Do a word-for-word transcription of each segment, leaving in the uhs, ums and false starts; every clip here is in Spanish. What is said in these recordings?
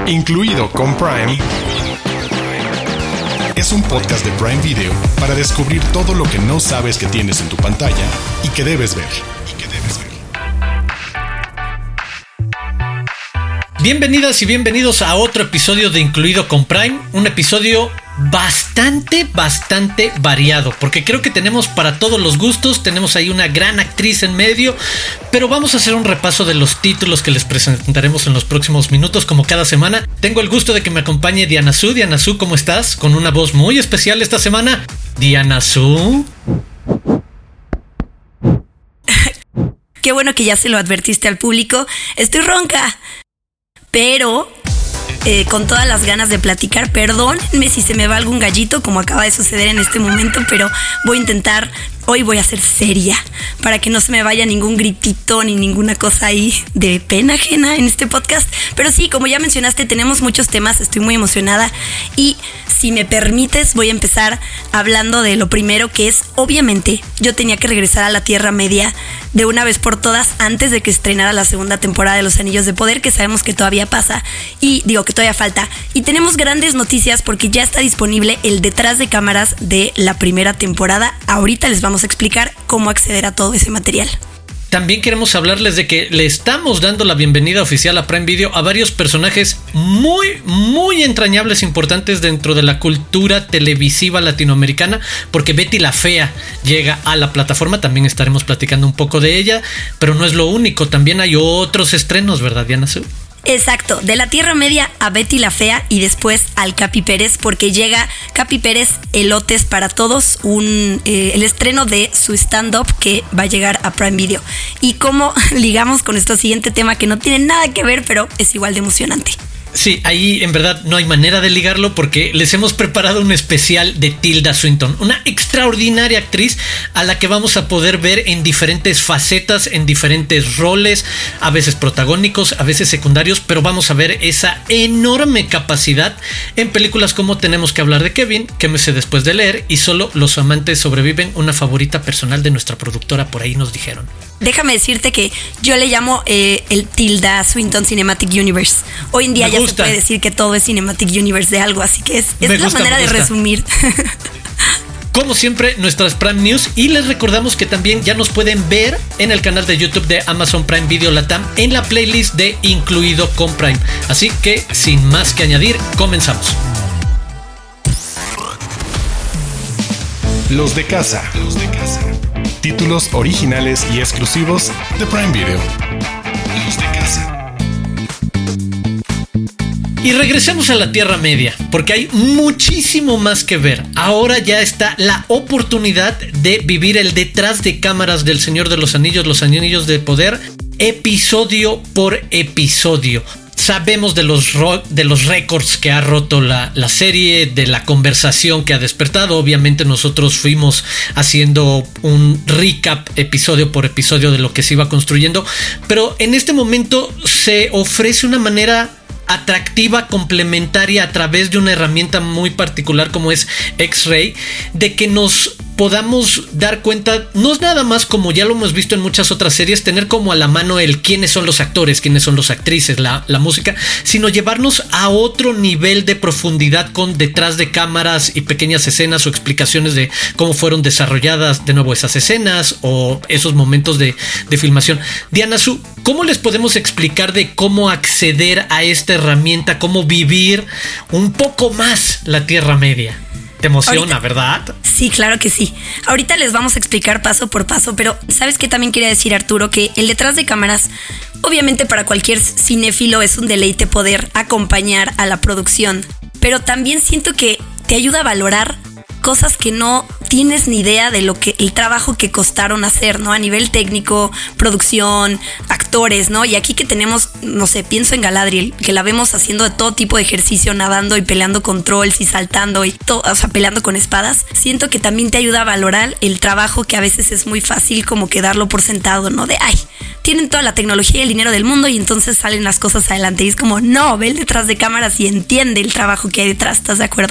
Incluido con Prime, es un podcast de Prime Video para descubrir todo lo que no sabes que tienes en tu pantalla y que debes ver. Y que debes ver. Bienvenidas y bienvenidos a otro episodio de Incluido con Prime, un episodio bastante, bastante variado, porque creo que tenemos para todos los gustos, tenemos ahí una gran actriz en medio, pero vamos a hacer un repaso de los títulos que les presentaremos en los próximos minutos, como cada semana. Tengo el gusto de que me acompañe Diana Su. Diana Su, ¿cómo estás? Con una voz muy especial esta semana. Diana Su. Qué bueno que ya se lo advertiste al público. Estoy ronca, pero eh, con todas las ganas de platicar. Perdónenme si se me va algún gallito, como acaba de suceder en este momento, pero voy a intentar, hoy voy a ser seria, para que no se me vaya ningún gritito ni ninguna cosa ahí de pena ajena en este podcast. Pero sí, como ya mencionaste, tenemos muchos temas, estoy muy emocionada y si me permites voy a empezar hablando de lo primero, que es, obviamente, yo tenía que regresar a la Tierra Media de una vez por todas antes de que estrenara la segunda temporada de Los Anillos de Poder, que sabemos que todavía pasa y digo que todavía falta. Y tenemos grandes noticias porque ya está disponible el detrás de cámaras de la primera temporada. Ahorita les vamos a explicar cómo acceder a todo ese material. También queremos hablarles de que le estamos dando la bienvenida oficial a Prime Video a varios personajes muy, muy entrañables, importantes dentro de la cultura televisiva latinoamericana, porque Betty la Fea llega a la plataforma. También estaremos platicando un poco de ella, pero no es lo único, también hay otros estrenos, ¿verdad, Diana Su? Exacto, de la Tierra Media a Betty la Fea y después al Capi Pérez, porque llega Capi Pérez Elotes para Todos, un, eh, el estreno de su stand-up que va a llegar a Prime Video. Y cómo ligamos con este siguiente tema que no tiene nada que ver, pero es igual de emocionante. Sí, ahí en verdad no hay manera de ligarlo porque les hemos preparado un especial de Tilda Swinton, una extraordinaria actriz a la que vamos a poder ver en diferentes facetas, en diferentes roles, a veces protagónicos, a veces secundarios, pero vamos a ver esa enorme capacidad en películas como Tenemos que hablar de Kevin, Que me sé después de leer y Solo los amantes sobreviven, una favorita personal de nuestra productora, por ahí nos dijeron. Déjame decirte que yo le llamo eh, el Tilda Swinton Cinematic Universe. Hoy en día ya se puede decir que todo es Cinematic Universe de algo, así que es, es la gusta, manera de resumir. Como siempre, nuestras Prime News, y les recordamos que también ya nos pueden ver en el canal de YouTube de Amazon Prime Video Latam en la playlist de Incluido con Prime. Así que, sin más que añadir, comenzamos. Los de casa. Los de casa. Títulos originales y exclusivos de Prime Video. Los de casa. Y regresemos a la Tierra Media, porque hay muchísimo más que ver. Ahora ya está la oportunidad de vivir el detrás de cámaras del Señor de los Anillos, Los Anillos de Poder, episodio por episodio. Sabemos de los, ro- de los récords que ha roto la, la serie, de la conversación que ha despertado. Obviamente nosotros fuimos haciendo un recap episodio por episodio de lo que se iba construyendo, pero en este momento se ofrece una manera atractiva, complementaria, a través de una herramienta muy particular como es X-Ray, de que nos podamos dar cuenta, no es nada más, como ya lo hemos visto en muchas otras series, tener como a la mano el quiénes son los actores, quiénes son las actrices, la, la música, sino llevarnos a otro nivel de profundidad con detrás de cámaras y pequeñas escenas o explicaciones de cómo fueron desarrolladas de nuevo esas escenas o esos momentos de, de filmación. Diana Su, ¿cómo les podemos explicar de cómo acceder a esta herramienta, cómo vivir un poco más la Tierra Media? Te emociona, ahorita, ¿verdad? Sí, claro que sí. Ahorita les vamos a explicar paso por paso, pero ¿sabes qué también quería decir, Arturo? Que el detrás de cámaras, obviamente para cualquier cinéfilo es un deleite poder acompañar a la producción, pero también siento que te ayuda a valorar cosas que no tienes ni idea de lo que el trabajo que costaron hacer, ¿no? A nivel técnico, producción, actores, ¿no? Y aquí que tenemos, no sé, pienso en Galadriel, que la vemos haciendo de todo tipo de ejercicio, nadando y peleando con trolls y saltando y todo, o sea, peleando con espadas. Siento que también te ayuda a valorar el trabajo, que a veces es muy fácil como que darlo por sentado, ¿no? De, ay, tienen toda la tecnología y el dinero del mundo y entonces salen las cosas adelante. Y es como, no, ve el detrás de cámaras y entiende el trabajo que hay detrás, ¿estás de acuerdo?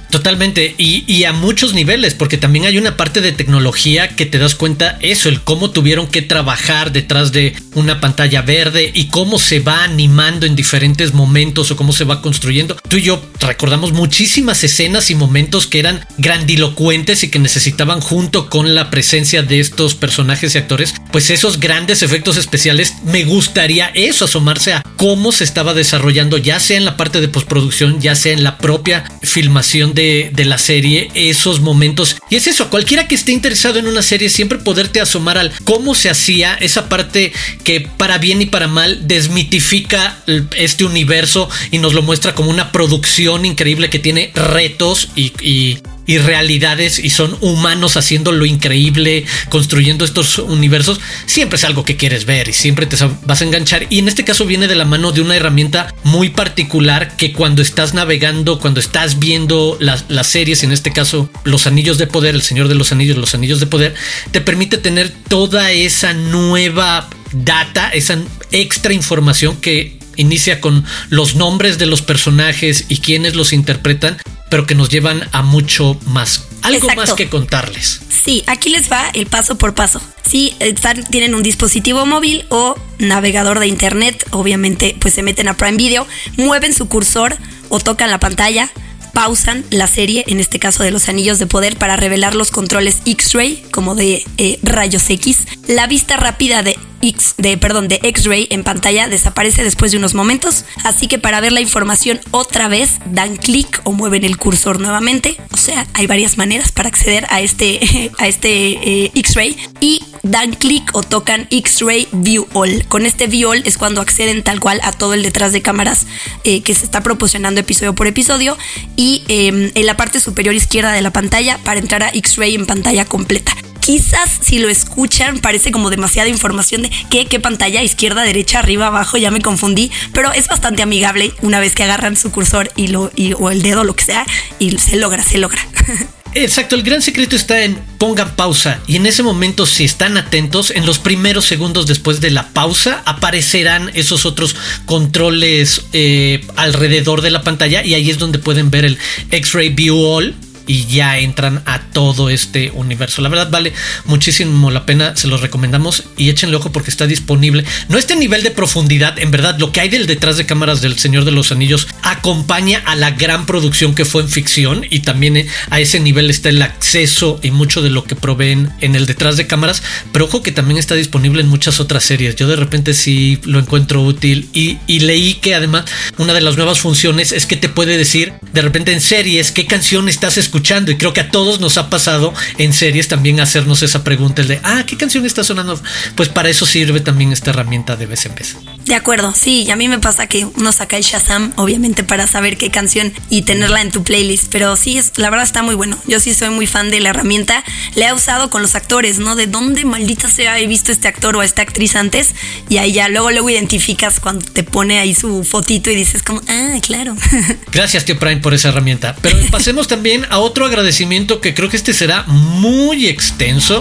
Totalmente, y, y a muchos niveles, porque también hay una parte de tecnología que te das cuenta eso, el cómo tuvieron que trabajar detrás de una pantalla verde y cómo se va animando en diferentes momentos o cómo se va construyendo. Tú y yo recordamos muchísimas escenas y momentos que eran grandilocuentes y que necesitaban, junto con la presencia de estos personajes y actores, pues esos grandes efectos especiales. Me gustaría eso, asomarse a cómo se estaba desarrollando, ya sea en la parte de postproducción, ya sea en la propia filmación de, de la serie, esos momentos. Y es eso, cualquiera que esté interesado en una serie, siempre poderte asomar al cómo se hacía esa parte que, para bien y para mal, desmitifica este universo y nos lo muestra como una producción increíble que tiene retos y, y y realidades, y son humanos haciendo lo increíble, construyendo estos universos. Siempre es algo que quieres ver y siempre te vas a enganchar, y en este caso viene de la mano de una herramienta muy particular que cuando estás navegando, cuando estás viendo las, las series, en este caso Los Anillos de Poder, El Señor de los Anillos, Los Anillos de Poder, te permite tener toda esa nueva data, esa extra información que inicia con los nombres de los personajes y quienes los interpretan, pero que nos llevan a mucho más. Algo Exacto. más que contarles. Sí, aquí les va el paso por paso. Si están, tienen un dispositivo móvil o navegador de internet, obviamente pues se meten a Prime Video, mueven su cursor o tocan la pantalla, pausan la serie, en este caso de Los Anillos de Poder, para revelar los controles X-Ray, como de eh, rayos X. La vista rápida de X, de, perdón, de X-Ray en pantalla desaparece después de unos momentos, así que para ver la información otra vez dan clic o mueven el cursor nuevamente. O sea, hay varias maneras para acceder a este, a este eh, X-Ray, y dan clic o tocan X-Ray View All. Con este View All es cuando acceden tal cual a todo el detrás de cámaras eh, que se está proporcionando episodio por episodio, y eh, en la parte superior izquierda de la pantalla para entrar a X-Ray en pantalla completa. Quizás si lo escuchan parece como demasiada información de ¿qué? ¿Qué pantalla? Izquierda, derecha, arriba, abajo, ya me confundí, pero es bastante amigable una vez que agarran su cursor y lo, y, o el dedo, lo que sea, y se logra, se logra. Exacto, el gran secreto está en pongan pausa, y en ese momento, si están atentos, en los primeros segundos después de la pausa aparecerán esos otros controles eh, alrededor de la pantalla, y ahí es donde pueden ver el X-Ray View All y ya entran a todo este universo. La verdad vale muchísimo la pena, se los recomendamos y échenle ojo porque está disponible. No este nivel de profundidad, en verdad, lo que hay del detrás de cámaras del Señor de los Anillos acompaña a la gran producción que fue en ficción, y también a ese nivel está el acceso y mucho de lo que proveen en el detrás de cámaras, pero ojo que también está disponible en muchas otras series. Yo de repente sí lo encuentro útil, y, y leí que además una de las nuevas funciones es que te puede decir de repente en series qué canción estás escuchando. Y creo que a todos nos ha pasado en series también hacernos esa pregunta, el de, ah, ¿qué canción está sonando? Pues para eso sirve también esta herramienta de vez en vez. De acuerdo, sí, y a mí me pasa que uno saca el Shazam, obviamente, para saber qué canción y tenerla en tu playlist, pero sí, es, la verdad está muy bueno. Yo sí soy muy fan de la herramienta, la he usado con los actores, ¿no? De dónde maldita sea he visto este actor o esta actriz antes, y ahí ya luego luego identificas cuando te pone ahí su fotito y dices como, ah, claro. Gracias, tío Prime, por esa herramienta. Pero pasemos también a otro agradecimiento que creo que este será muy extenso,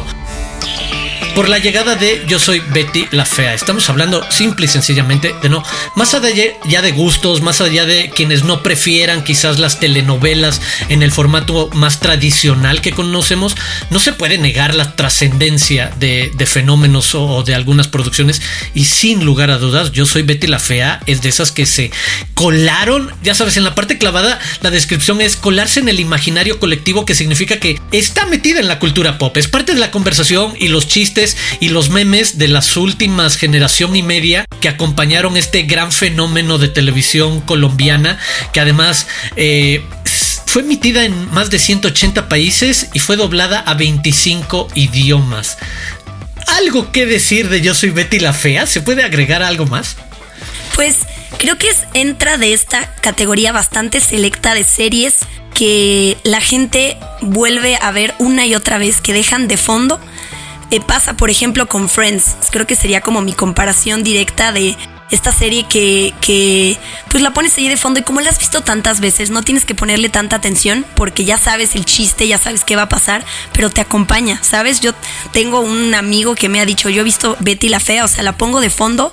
por la llegada de Yo Soy Betty la Fea. Estamos hablando simple y sencillamente de no, más allá ya de gustos, más allá de quienes no prefieran quizás las telenovelas en el formato más tradicional que conocemos, no se puede negar la trascendencia de, de fenómenos o, o de algunas producciones, y sin lugar a dudas Yo Soy Betty la Fea es de esas que se colaron, ya sabes, en la parte clavada. La descripción es colarse en el imaginario colectivo, que significa que está metida en la cultura pop, es parte de la conversación y los chistes y los memes de las últimas generación y media que acompañaron este gran fenómeno de televisión colombiana, que además eh, fue emitida en más de ciento ochenta países y fue doblada a veinticinco idiomas. ¿Algo que decir de Yo Soy Betty la Fea? ¿Se puede agregar algo más? Pues creo que es, entra de esta categoría bastante selecta de series que la gente vuelve a ver una y otra vez, que dejan de fondo. Eh, pasa, por ejemplo, con Friends. Creo que sería como mi comparación directa de esta serie que, que pues la pones ahí de fondo y como la has visto tantas veces, no tienes que ponerle tanta atención porque ya sabes el chiste, ya sabes qué va a pasar, pero te acompaña, ¿sabes? Yo tengo un amigo que me ha dicho, yo he visto Betty la Fea, o sea, la pongo de fondo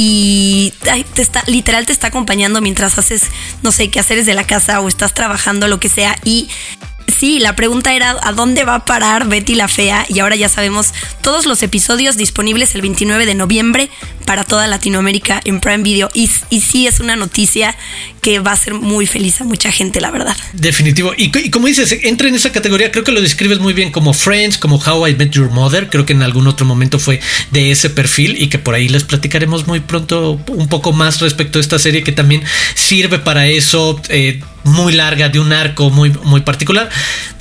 y ay, te está, literal te está acompañando mientras haces, no sé, quehaceres de la casa o estás trabajando, lo que sea. Y sí, la pregunta era ¿a dónde va a parar Betty la Fea? Y ahora ya sabemos todos los episodios disponibles el veintinueve de noviembre para toda Latinoamérica en Prime Video. Y, y sí, es una noticia que va a ser muy feliz a mucha gente, la verdad. Definitivo. Y, y como dices, entra en esa categoría, creo que lo describes muy bien, como Friends, como How I Met Your Mother. Creo que en algún otro momento fue de ese perfil y que por ahí les platicaremos muy pronto un poco más respecto a esta serie que también sirve para eso, eh, muy larga, de un arco muy, muy particular.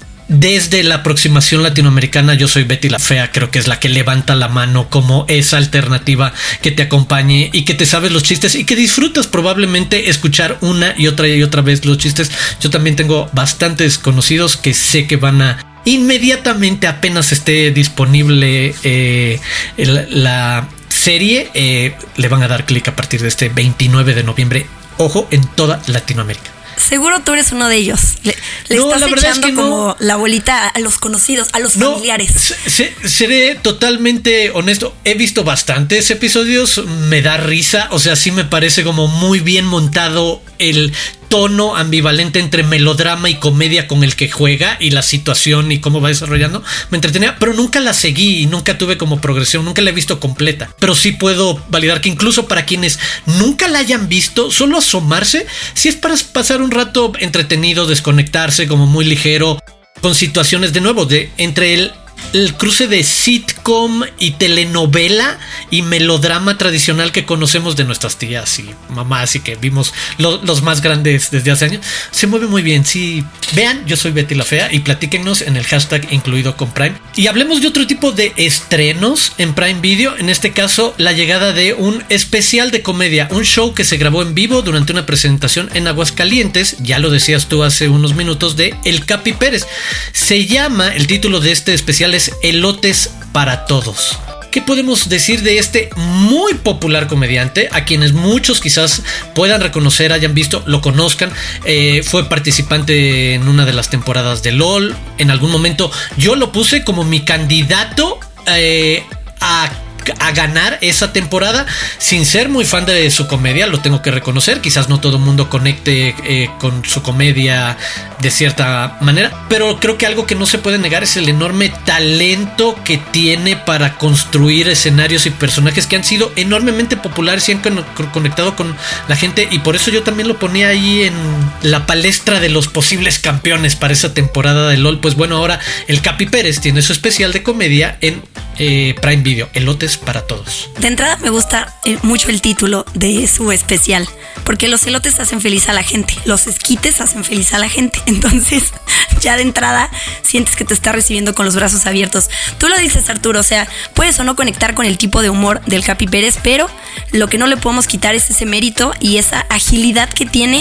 Desde la aproximación latinoamericana, Yo Soy Betty la Fea creo que es la que levanta la mano como esa alternativa que te acompañe y que te sabes los chistes y que disfrutas probablemente escuchar una y otra y otra vez los chistes. Yo también tengo bastantes conocidos que sé que van a inmediatamente, apenas esté disponible eh, el, la serie, eh, le van a dar clic a partir de este veintinueve de noviembre. Ojo, en toda Latinoamérica. Seguro tú eres uno de ellos. Le, le no, estás echando es que como no. la bolita a los conocidos, a los no, familiares. Se, seré totalmente honesto. He visto bastantes episodios. Me da risa. O sea, sí me parece como muy bien montado el tono ambivalente entre melodrama y comedia con el que juega y la situación y cómo va desarrollando. Me entretenía, pero nunca la seguí y nunca tuve como progresión, nunca la he visto completa. Pero sí puedo validar que incluso para quienes nunca la hayan visto, solo asomarse, si es para pasar un rato entretenido, desconectarse como muy ligero, con situaciones de nuevo, de entre el el cruce de sitcom y telenovela y melodrama tradicional que conocemos de nuestras tías y mamás y que vimos lo, los más grandes desde hace años. Se mueve muy bien. Sí, vean Yo Soy Betty la Fea y platíquennos en el hashtag incluido con Prime. Y hablemos de otro tipo de estrenos en Prime Video. En este caso, la llegada de un especial de comedia, un show que se grabó en vivo durante una presentación en Aguascalientes. Ya lo decías tú hace unos minutos, de El Capi Pérez. Se llama, el título de este especial es Elotes para Todos. ¿Qué podemos decir de este muy popular comediante? A quienes muchos quizás puedan reconocer, hayan visto, lo conozcan. Eh, fue participante en una de las temporadas de LOL. En algún momento yo lo puse como mi candidato eh, a a ganar esa temporada, sin ser muy fan de su comedia, lo tengo que reconocer. Quizás no todo el mundo conecte eh, con su comedia de cierta manera, pero creo que algo que no se puede negar es el enorme talento que tiene para construir escenarios y personajes que han sido enormemente populares y han con- conectado con la gente, y por eso yo también lo ponía ahí en la palestra de los posibles campeones para esa temporada de LOL. Pues bueno, ahora el Capi Pérez tiene su especial de comedia en eh, Prime Video, Elotes para Todos. De entrada me gusta mucho el título de su especial, porque los elotes hacen feliz a la gente, los esquites hacen feliz a la gente, entonces ya de entrada sientes que te está recibiendo con los brazos abiertos. Tú lo dices, Arturo, o sea, puedes o no conectar con el tipo de humor del Capi Pérez, pero lo que no le podemos quitar es ese mérito y esa agilidad que tiene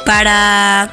para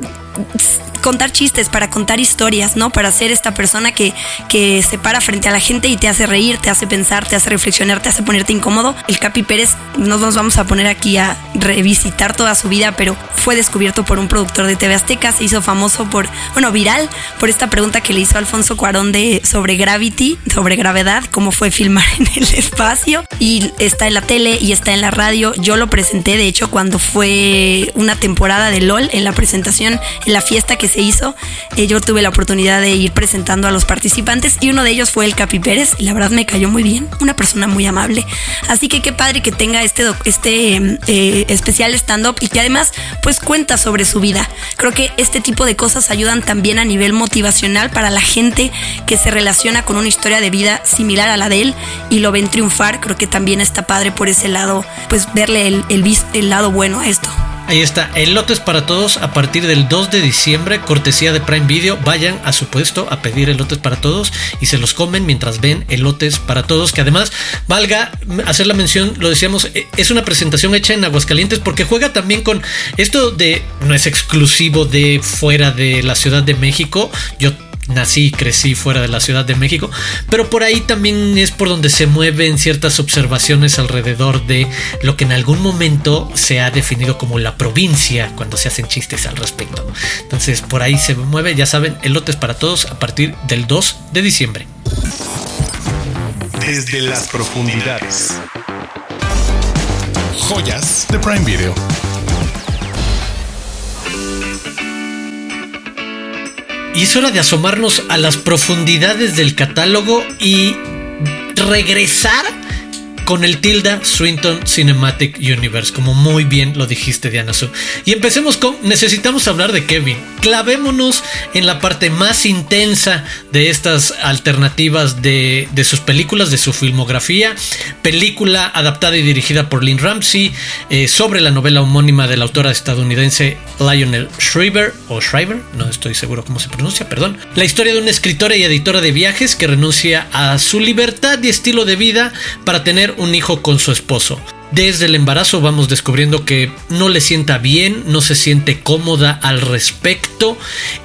contar chistes, para contar historias, ¿no? Para ser esta persona que, que se para frente a la gente y te hace reír, te hace pensar, te hace reflexionar, te hace ponerte incómodo. El Capi Pérez, no nos vamos a poner aquí a revisitar toda su vida, pero fue descubierto por un productor de T V Azteca, se hizo famoso por, bueno, viral, por esta pregunta que le hizo Alfonso Cuarón de, sobre Gravity, sobre gravedad, cómo fue filmar en el espacio, y está en la tele y está en la radio. Yo lo presenté, de hecho, cuando fue una temporada de LOL, en la presentación, en la fiesta que se hizo, eh, yo tuve la oportunidad de ir presentando a los participantes y uno de ellos fue el Capi Pérez y la verdad me cayó muy bien, una persona muy amable, así que qué padre que tenga este, este eh, especial stand-up y que además pues cuenta sobre su vida. Creo que este tipo de cosas ayudan también a nivel motivacional para la gente que se relaciona con una historia de vida similar a la de él y lo ven triunfar. Creo que también está padre por ese lado, pues verle el, el, el lado bueno a esto. Ahí está, Elotes para Todos a partir del dos de diciembre, cortesía de Prime Video. Vayan a su puesto a pedir Elotes para Todos y se los comen mientras ven Elotes para Todos, que además, valga hacer la mención, lo decíamos, es una presentación hecha en Aguascalientes porque juega también con esto de, no es exclusivo de fuera de la Ciudad de México. Yo nací y crecí fuera de la Ciudad de México, pero por ahí también es por donde se mueven ciertas observaciones alrededor de lo que en algún momento se ha definido como la provincia, cuando se hacen chistes al respecto. Entonces por ahí se mueve, ya saben, elotes para todos a partir del dos de diciembre. Desde las profundidades. Joyas de Prime Video. Y es hora de asomarnos a las profundidades del catálogo y regresar con el Tilda Swinton Cinematic Universe, como muy bien lo dijiste, Diana Su. Y empecemos con, necesitamos hablar de Kevin. Clavémonos en la parte más intensa de estas alternativas de, de sus películas, de su filmografía. Película adaptada y dirigida por Lynn Ramsey, eh, sobre la novela homónima de la autora estadounidense Lionel Shriver, o Shriver, no estoy seguro cómo se pronuncia, perdón. La historia de una escritora y editora de viajes que renuncia a su libertad y estilo de vida para tener un hijo con su esposo. Desde el embarazo vamos descubriendo que no le sienta bien, no se siente cómoda al respecto,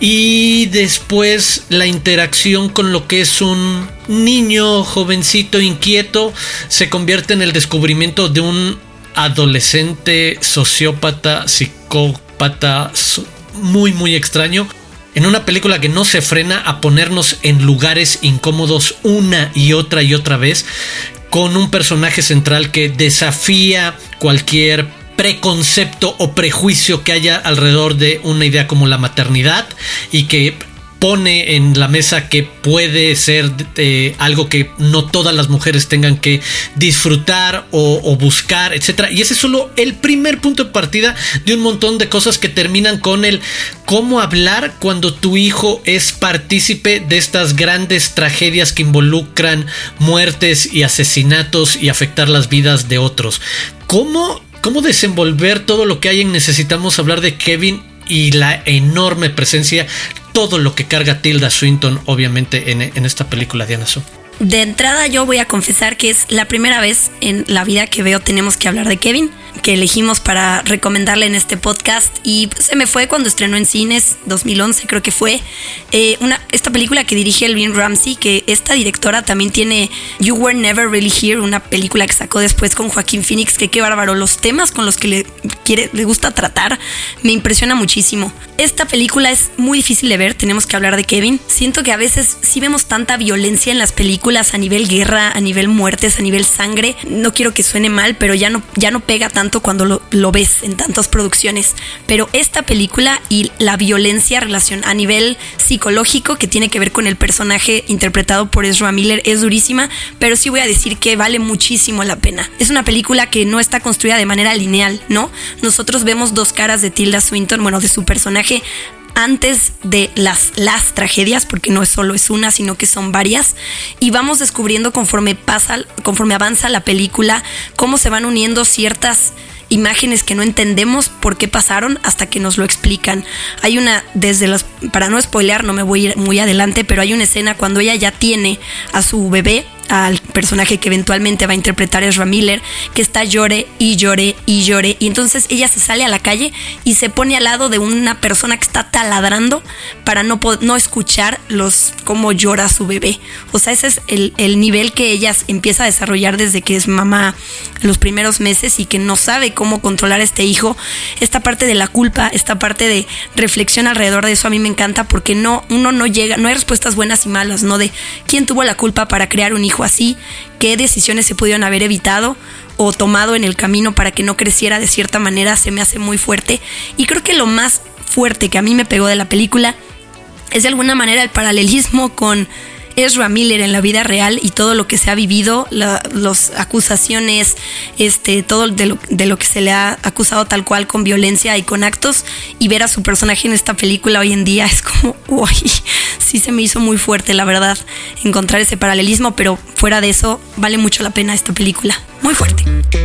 y después la interacción con lo que es un niño jovencito inquieto se convierte en el descubrimiento de un adolescente sociópata, psicópata muy muy extraño, en una película que no se frena a ponernos en lugares incómodos una y otra y otra vez, con un personaje central que desafía cualquier preconcepto o prejuicio que haya alrededor de una idea como la maternidad, y que pone en la mesa que puede ser eh, algo que no todas las mujeres tengan que disfrutar o, o buscar, etcétera. Y ese es solo el primer punto de partida de un montón de cosas que terminan con el cómo hablar cuando tu hijo es partícipe de estas grandes tragedias que involucran muertes y asesinatos y afectar las vidas de otros. ¿Cómo, cómo desenvolver todo lo que hay en Necesitamos Hablar de Kevin y la enorme presencia, todo lo que carga Tilda Swinton, obviamente, en, en esta película, Diana Su? De entrada, yo voy a confesar que es la primera vez en la vida que veo Tenemos que Hablar de Kevin, que elegimos para recomendarle en este podcast, y pues, se me fue cuando estrenó en cines, dos mil once creo que fue, eh, una, esta película que dirige Lynn Ramsey, que esta directora también tiene You Were Never Really Here, una película que sacó después con Joaquín Phoenix, que qué bárbaro, los temas con los que le, quiere, le gusta tratar, me impresiona muchísimo. Esta película es muy difícil de ver, Tenemos que Hablar de Kevin. Siento que a veces sí vemos tanta violencia en las películas, a nivel guerra, a nivel muertes, a nivel sangre. No quiero que suene mal, pero ya no, ya no pega tanto cuando lo, lo ves en tantas producciones. Pero esta película y la violencia relación a nivel psicológico que tiene que ver con el personaje interpretado por Ezra Miller es durísima, pero sí voy a decir que vale muchísimo la pena. Es una película que no está construida de manera lineal, ¿no? Nosotros vemos dos caras de Tilda Swinton, bueno, de su personaje antes de las, las tragedias, porque no es solo es una, sino que son varias, y vamos descubriendo conforme pasa, conforme avanza la película, cómo se van uniendo ciertas imágenes que no entendemos por qué pasaron hasta que nos lo explican. Hay una, desde las, para no spoilear, no me voy a ir muy adelante, pero hay una escena cuando ella ya tiene a su bebé, al personaje que eventualmente va a interpretar Ezra Miller, que está llore y llore y llore, y entonces ella se sale a la calle y se pone al lado de una persona que está taladrando para no, no escuchar los cómo llora su bebé. O sea, ese es el, el nivel que ella empieza a desarrollar desde que es mamá, los primeros meses, y que no sabe cómo controlar a este hijo. Esta parte de la culpa, esta parte de reflexión alrededor de eso a mí me encanta, porque no, uno no llega, no hay respuestas buenas y malas, ¿no? De quién tuvo la culpa para crear un hijo así, qué decisiones se pudieron haber evitado o tomado en el camino para que no creciera de cierta manera. Se me hace muy fuerte, y creo que lo más fuerte que a mí me pegó de la película es de alguna manera el paralelismo con Ezra Miller en la vida real y todo lo que se ha vivido, la, las acusaciones, este, todo de lo, de lo que se le ha acusado tal cual, con violencia y con actos, y ver a su personaje en esta película hoy en día es como, uy, sí se me hizo muy fuerte, la verdad, encontrar ese paralelismo, pero fuera de eso, vale mucho la pena esta película, muy fuerte.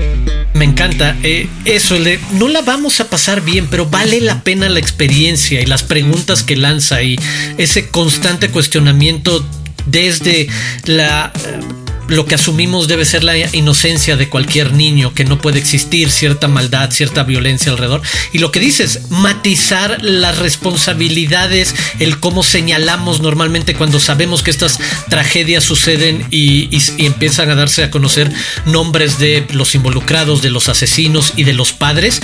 Me encanta eh, eso, le, no la vamos a pasar bien, pero vale la pena la experiencia y las preguntas que lanza y ese constante cuestionamiento desde la lo que asumimos debe ser la inocencia de cualquier niño, que no puede existir cierta maldad, cierta violencia alrededor. Y lo que dices, matizar las responsabilidades, el cómo señalamos normalmente cuando sabemos que estas tragedias suceden y, y, y empiezan a darse a conocer nombres de los involucrados, de los asesinos y de los padres.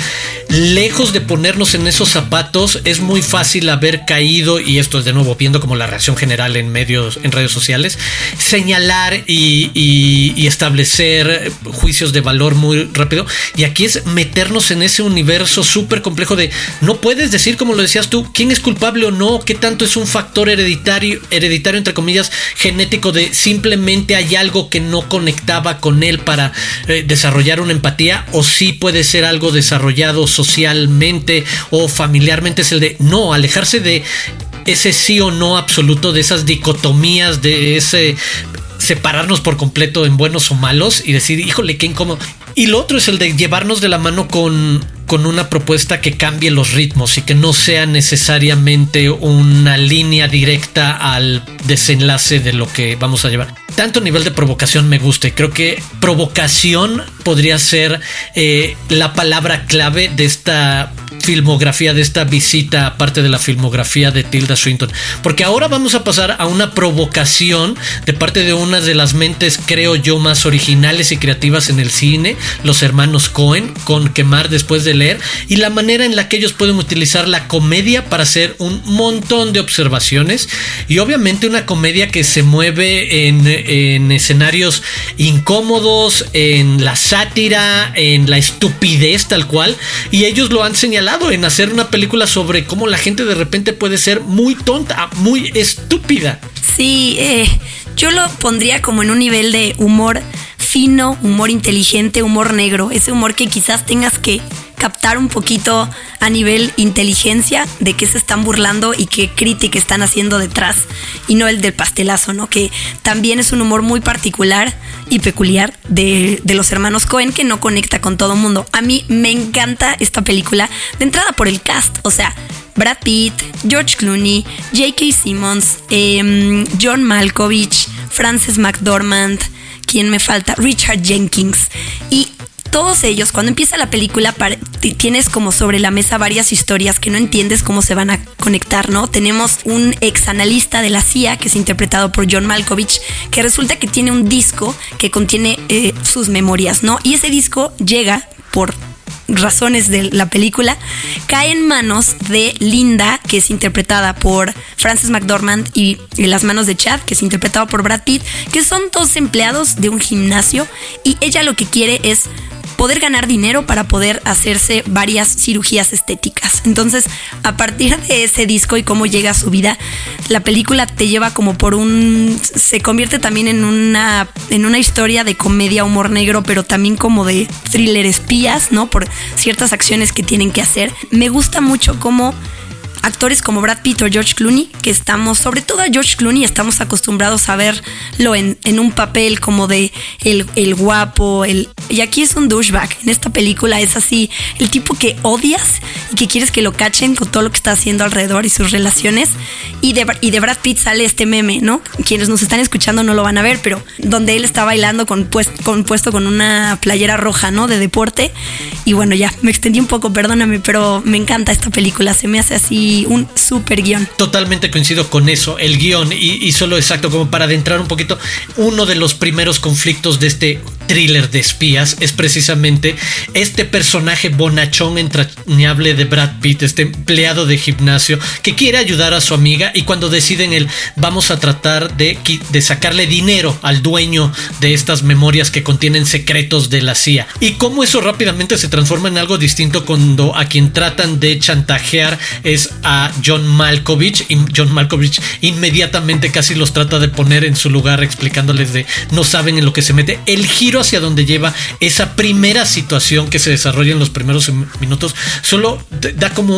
Lejos de ponernos en esos zapatos, es muy fácil haber caído, y esto es de nuevo viendo como la reacción general en medios, en redes sociales, señalar y, y, y establecer juicios de valor muy rápido. Y aquí es meternos en ese universo súper complejo de no puedes decir, como lo decías tú, quién es culpable o no, qué tanto es un factor hereditario, hereditario entre comillas, genético, de simplemente hay algo que no conectaba con él para eh, desarrollar una empatía, o sí puede ser algo desarrollado socialmente o familiarmente. Es el de no, alejarse de ese sí o no absoluto, de esas dicotomías, de ese separarnos por completo en buenos o malos y decir, híjole, qué incómodo. Y lo otro es el de llevarnos de la mano con, con una propuesta que cambie los ritmos y que no sea necesariamente una línea directa al desenlace de lo que vamos a llevar. Tanto a nivel de provocación me gusta, y creo que provocación podría ser eh, la palabra clave de esta filmografía, de esta visita, aparte de la filmografía de Tilda Swinton, porque ahora vamos a pasar a una provocación de parte de una de las mentes, creo yo, más originales y creativas en el cine, los hermanos Coen, con Quemar después de leer, y la manera en la que ellos pueden utilizar la comedia para hacer un montón de observaciones, y obviamente una comedia que se mueve en, en escenarios incómodos, en la sátira, en la estupidez tal cual, y ellos lo han señalado en hacer una película sobre cómo la gente de repente puede ser muy tonta, muy estúpida. Sí, eh, yo lo pondría como en un nivel de humor fino, humor inteligente, humor negro, ese humor que quizás tengas que captar un poquito a nivel inteligencia de qué se están burlando y qué crítica están haciendo detrás, y no el del pastelazo, ¿no? Que también es un humor muy particular y peculiar de, de los hermanos Coen, que no conecta con todo el mundo. A mí me encanta esta película de entrada por el cast, o sea, Brad Pitt, George Clooney, J K. Simmons, eh, John Malkovich, Frances McDormand, ¿quién me falta? Richard Jenkins. Y todos ellos, cuando empieza la película, tienes como sobre la mesa varias historias que no entiendes cómo se van a conectar, ¿no? Tenemos un ex analista de la C I A, que es interpretado por John Malkovich, que resulta que tiene un disco que contiene eh, sus memorias, ¿no? Y ese disco llega por razones de la película, cae en manos de Linda, que es interpretada por Frances McDormand, y en las manos de Chad, que es interpretado por Brad Pitt, que son dos empleados de un gimnasio, y ella lo que quiere es poder ganar dinero para poder hacerse varias cirugías estéticas. Entonces, a partir de ese disco y cómo llega a su vida, la película te lleva como por un... se convierte también en una, en una historia de comedia, humor negro, pero también como de thriller espías, ¿no? Por ciertas acciones que tienen que hacer. Me gusta mucho cómo actores como Brad Pitt o George Clooney, que estamos, sobre todo a George Clooney, estamos acostumbrados a verlo en, en un papel como de el, el guapo, el, y aquí es un douchebag. En esta película es así, el tipo que odias y que quieres que lo cachen con todo lo que está haciendo alrededor y sus relaciones. Y de, y de Brad Pitt sale este meme, ¿no? Quienes nos están escuchando no lo van a ver, pero donde él está bailando con, pues, con puesto con una playera roja, ¿no? De deporte. Y bueno, ya me extendí un poco, perdóname, pero me encanta esta película, se me hace así un súper guión. Totalmente coincido con eso, el guión, y, y solo exacto como para adentrar un poquito, uno de los primeros conflictos de este thriller de espías es precisamente este personaje bonachón entrañable de Brad Pitt, este empleado de gimnasio que quiere ayudar a su amiga, y cuando deciden el vamos a tratar de, de sacarle dinero al dueño de estas memorias que contienen secretos de la C I A, y cómo eso rápidamente se transforma en algo distinto cuando a quien tratan de chantajear es a John Malkovich, y John Malkovich inmediatamente casi los trata de poner en su lugar, explicándoles de no saben en lo que se mete. El giro hacia donde lleva esa primera situación que se desarrolla en los primeros minutos solo da como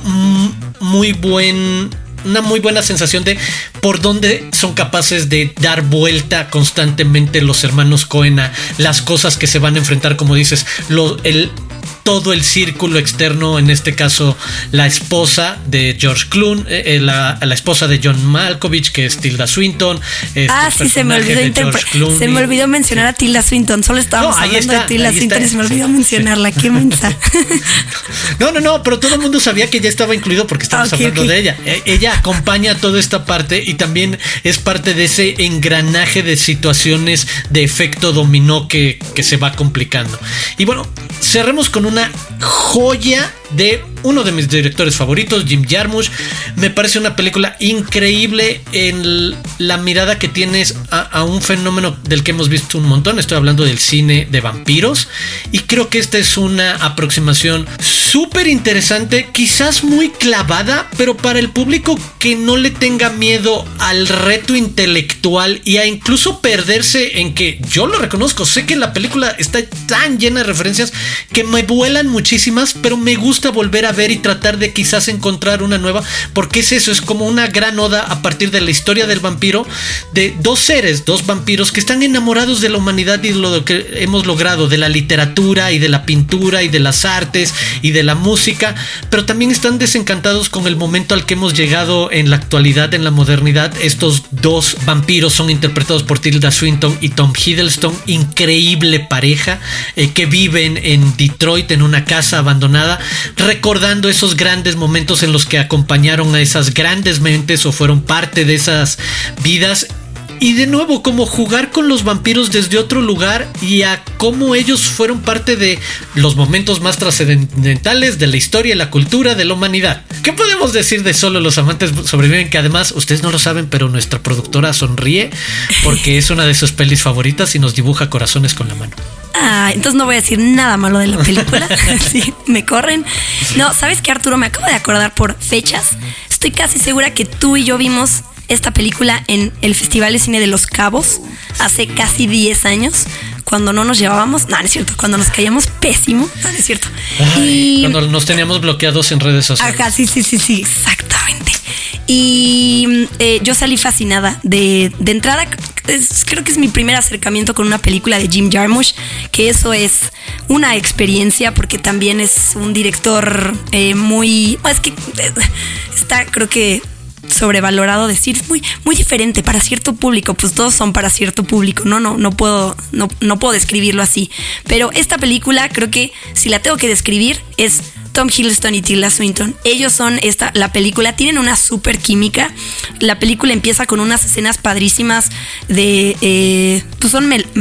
un muy buen una muy buena sensación de por dónde son capaces de dar vuelta constantemente los hermanos Coen a las cosas que se van a enfrentar, como dices, lo, el todo el círculo externo, en este caso la esposa de George Clooney, eh, la, la esposa de John Malkovich, que es Tilda Swinton. Este ah, sí, se me olvidó interpre- se me olvidó mencionar a Tilda Swinton. Solo estábamos no, hablando está, de Tilda Swinton y se me olvidó mencionarla. Qué mensa. No, no, no, pero todo el mundo sabía que ya estaba incluido porque estamos okay, hablando okay. de ella. Ella acompaña toda esta parte y también es parte de ese engranaje de situaciones de efecto dominó que, que se va complicando. Y bueno, cerremos con una joya de uno de mis directores favoritos, Jim Jarmusch. Me parece una película increíble en la mirada que tienes a, a un fenómeno del que hemos visto un montón. Estoy hablando del cine de vampiros y creo que esta es una aproximación súper interesante, quizás muy clavada, pero para el público que no le tenga miedo al reto intelectual y a incluso perderse en que, yo lo reconozco, sé que la película está tan llena de referencias que me vuelan muchísimas, pero me gusta volver a ver y tratar de quizás encontrar una nueva, porque es eso, es como una gran oda a partir de la historia del vampiro, de dos seres, dos vampiros que están enamorados de la humanidad y de lo que hemos logrado, de la literatura y de la pintura y de las artes y de la música, pero también están desencantados con el momento al que hemos llegado en la actualidad, en la modernidad. Estos dos vampiros son interpretados por Tilda Swinton y Tom Hiddleston, increíble pareja eh, que viven en Detroit en una casa abandonada, recordando esos grandes momentos en los que acompañaron a esas grandes mentes o fueron parte de esas vidas. Y de nuevo, como jugar con los vampiros desde otro lugar y a cómo ellos fueron parte de los momentos más trascendentales de la historia y la cultura de la humanidad. ¿Qué podemos decir de Solo los amantes sobreviven? Que además, ustedes no lo saben, pero nuestra productora sonríe porque es una de sus pelis favoritas y nos dibuja corazones con la mano. Ah, entonces no voy a decir nada malo de la película. Sí, me corren. No, ¿sabes qué, Arturo? Me acabo de acordar por fechas. Estoy casi segura que tú y yo vimos esta película en el Festival de Cine de Los Cabos hace casi diez años, cuando no nos llevábamos, no, no es cierto, cuando nos caíamos pésimo, no, no es cierto. Ay, y cuando nos teníamos bloqueados en redes sociales. Ajá, sí, sí, sí, sí, exactamente. Y eh, yo salí fascinada de, de entrada. Es, creo que es mi primer acercamiento con una película de Jim Jarmusch, que eso es una experiencia porque también es un director eh, muy, es que eh, está, creo que sobrevalorado decir, muy, muy diferente para cierto público, pues todos son para cierto público, no, no, no puedo, no, no puedo describirlo así, pero esta película creo que si la tengo que describir es Tom Hiddleston y Tilda Swinton. Ellos son esta, la película, tienen una super química. La película empieza con unas escenas padrísimas de, eh, pues son mel-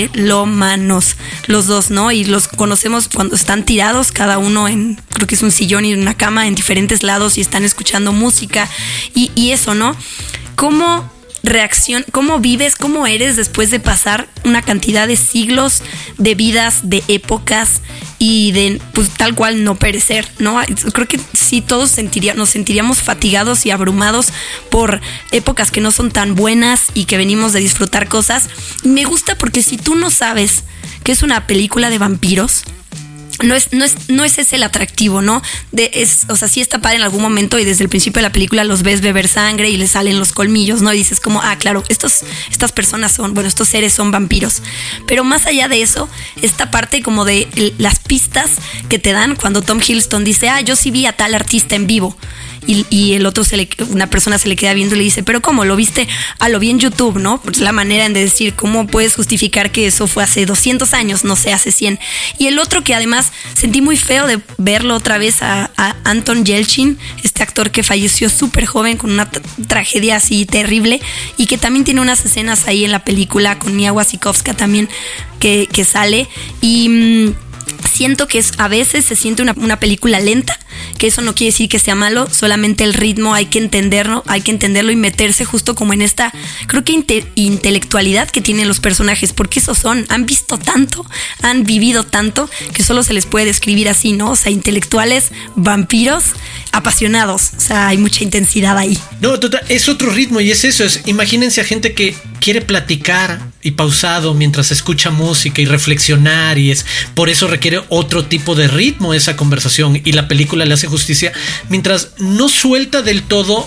melómanos los dos, ¿no? Y los conocemos cuando están tirados, cada uno en, creo que es un sillón y una cama en diferentes lados y están escuchando música y, y eso, ¿no? ¿Cómo reacción, cómo vives, cómo eres después de pasar una cantidad de siglos de vidas, de épocas y de, pues tal cual, no perecer, ¿no? Creo que sí, todos sentiría, nos sentiríamos fatigados y abrumados por épocas que no son tan buenas y que venimos de disfrutar cosas. Me gusta porque si tú no sabes que es una película de vampiros, No es, no es, no es ese el atractivo, ¿no? De, es, o sea, sí está padre en algún momento y desde el principio de la película los ves beber sangre y les salen los colmillos, ¿no? Y dices como, ah, claro, estos, estas personas son, bueno, estos seres son vampiros. Pero más allá de eso, esta parte como de las pistas que te dan cuando Tom Hiddleston dice, ah, yo sí vi a tal artista en vivo. Y, y el otro, se le, una persona se le queda viendo y le dice, pero ¿cómo? ¿Lo viste? Ah, lo vi en YouTube, ¿no? Pues la manera de decir, ¿cómo puedes justificar que eso fue hace doscientos años? No sé, hace cien. Y el otro que además sentí muy feo de verlo otra vez a, a Anton Yelchin, este actor que falleció súper joven con una t- tragedia así terrible y que también tiene unas escenas ahí en la película con Mia Wasikowska también que, que sale y... Mmm, siento que es, a veces se siente una, una película lenta, que eso no quiere decir que sea malo, solamente el ritmo hay que entenderlo, hay que entenderlo y meterse justo como en esta, creo que inte, intelectualidad que tienen los personajes, porque esos son, han visto tanto, han vivido tanto, que solo se les puede describir así, ¿no? O sea, intelectuales, vampiros, apasionados, o sea, hay mucha intensidad ahí. No, total, es otro ritmo y es eso, es, imagínense a gente que quiere platicar y pausado mientras escucha música y reflexionar, y es por eso requiere otro tipo de ritmo esa conversación, y la película le hace justicia mientras no suelta del todo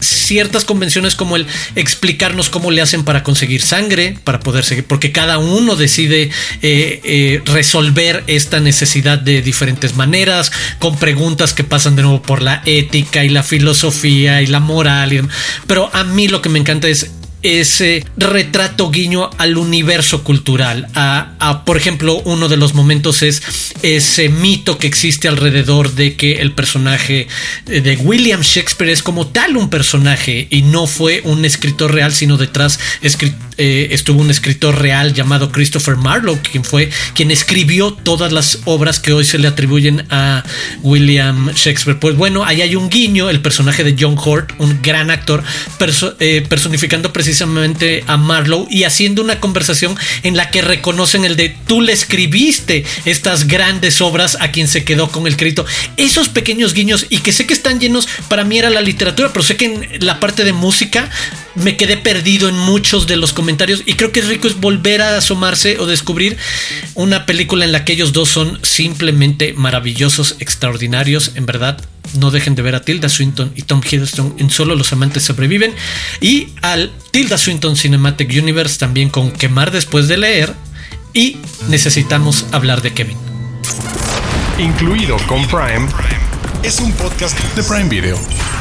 ciertas convenciones como el explicarnos cómo le hacen para conseguir sangre, para poder seguir, porque cada uno decide eh, eh, resolver esta necesidad de diferentes maneras, con preguntas que pasan de nuevo por la ética y la filosofía y la moral. Y, pero a mí lo que me encanta es ese retrato guiño al universo cultural. A, a, por ejemplo, uno de los momentos es ese mito que existe alrededor de que el personaje de William Shakespeare es como tal un personaje y no fue un escritor real, sino detrás escri- eh, estuvo un escritor real llamado Christopher Marlowe, quien fue quien escribió todas las obras que hoy se le atribuyen a William Shakespeare. Pues bueno, ahí hay un guiño, el personaje de John Hurt, un gran actor, perso- eh, personificando precisamente precisamente a Marlowe y haciendo una conversación en la que reconocen el de tú le escribiste estas grandes obras a quien se quedó con el crédito. Esos pequeños guiños, y que sé que están llenos, para mí era la literatura, pero sé que en la parte de música me quedé perdido en muchos de los comentarios, y creo que es rico es volver a asomarse o descubrir una película en la que ellos dos son simplemente maravillosos, extraordinarios. En verdad, no dejen de ver a Tilda Swinton y Tom Hiddleston en Solo los amantes sobreviven, y al Tilda Swinton Cinematic Universe también con Quemar después de leer y Necesitamos hablar de Kevin. Incluido con Prime es un podcast de Prime Video.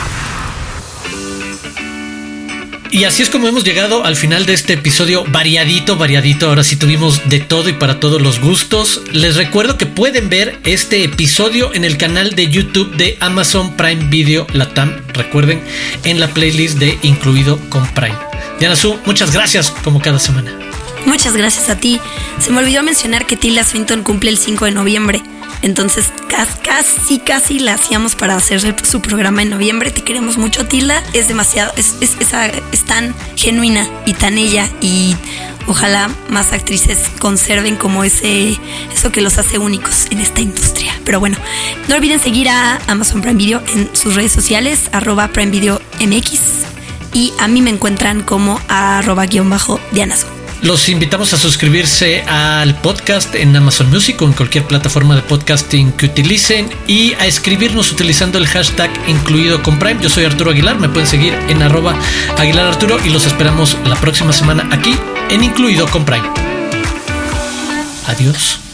Y así es como hemos llegado al final de este episodio variadito, variadito. Ahora sí tuvimos de todo y para todos los gustos. Les recuerdo que pueden ver este episodio en el canal de YouTube de Amazon Prime Video Latam. Recuerden, en la playlist de Incluido con Prime. Diana Su, muchas gracias como cada semana. Muchas gracias a ti. Se me olvidó mencionar que Tilda Swinton cumple el cinco de noviembre. Entonces casi, casi la hacíamos para hacer su programa en noviembre. Te queremos mucho, Tilda. Es demasiado, es, es, es, es tan genuina y tan ella. Y ojalá más actrices conserven como ese, eso que los hace únicos en esta industria. Pero bueno, no olviden seguir a Amazon Prime Video en sus redes sociales, arroba Prime Video M X. Y a mí me encuentran como arroba guión bajo Dianazo. Los invitamos a suscribirse al podcast en Amazon Music o en cualquier plataforma de podcasting que utilicen, y a escribirnos utilizando el hashtag Incluido con Prime. Yo soy Arturo Aguilar, me pueden seguir en arroba Aguilar Arturo, y los esperamos la próxima semana aquí en Incluido con Prime. Adiós.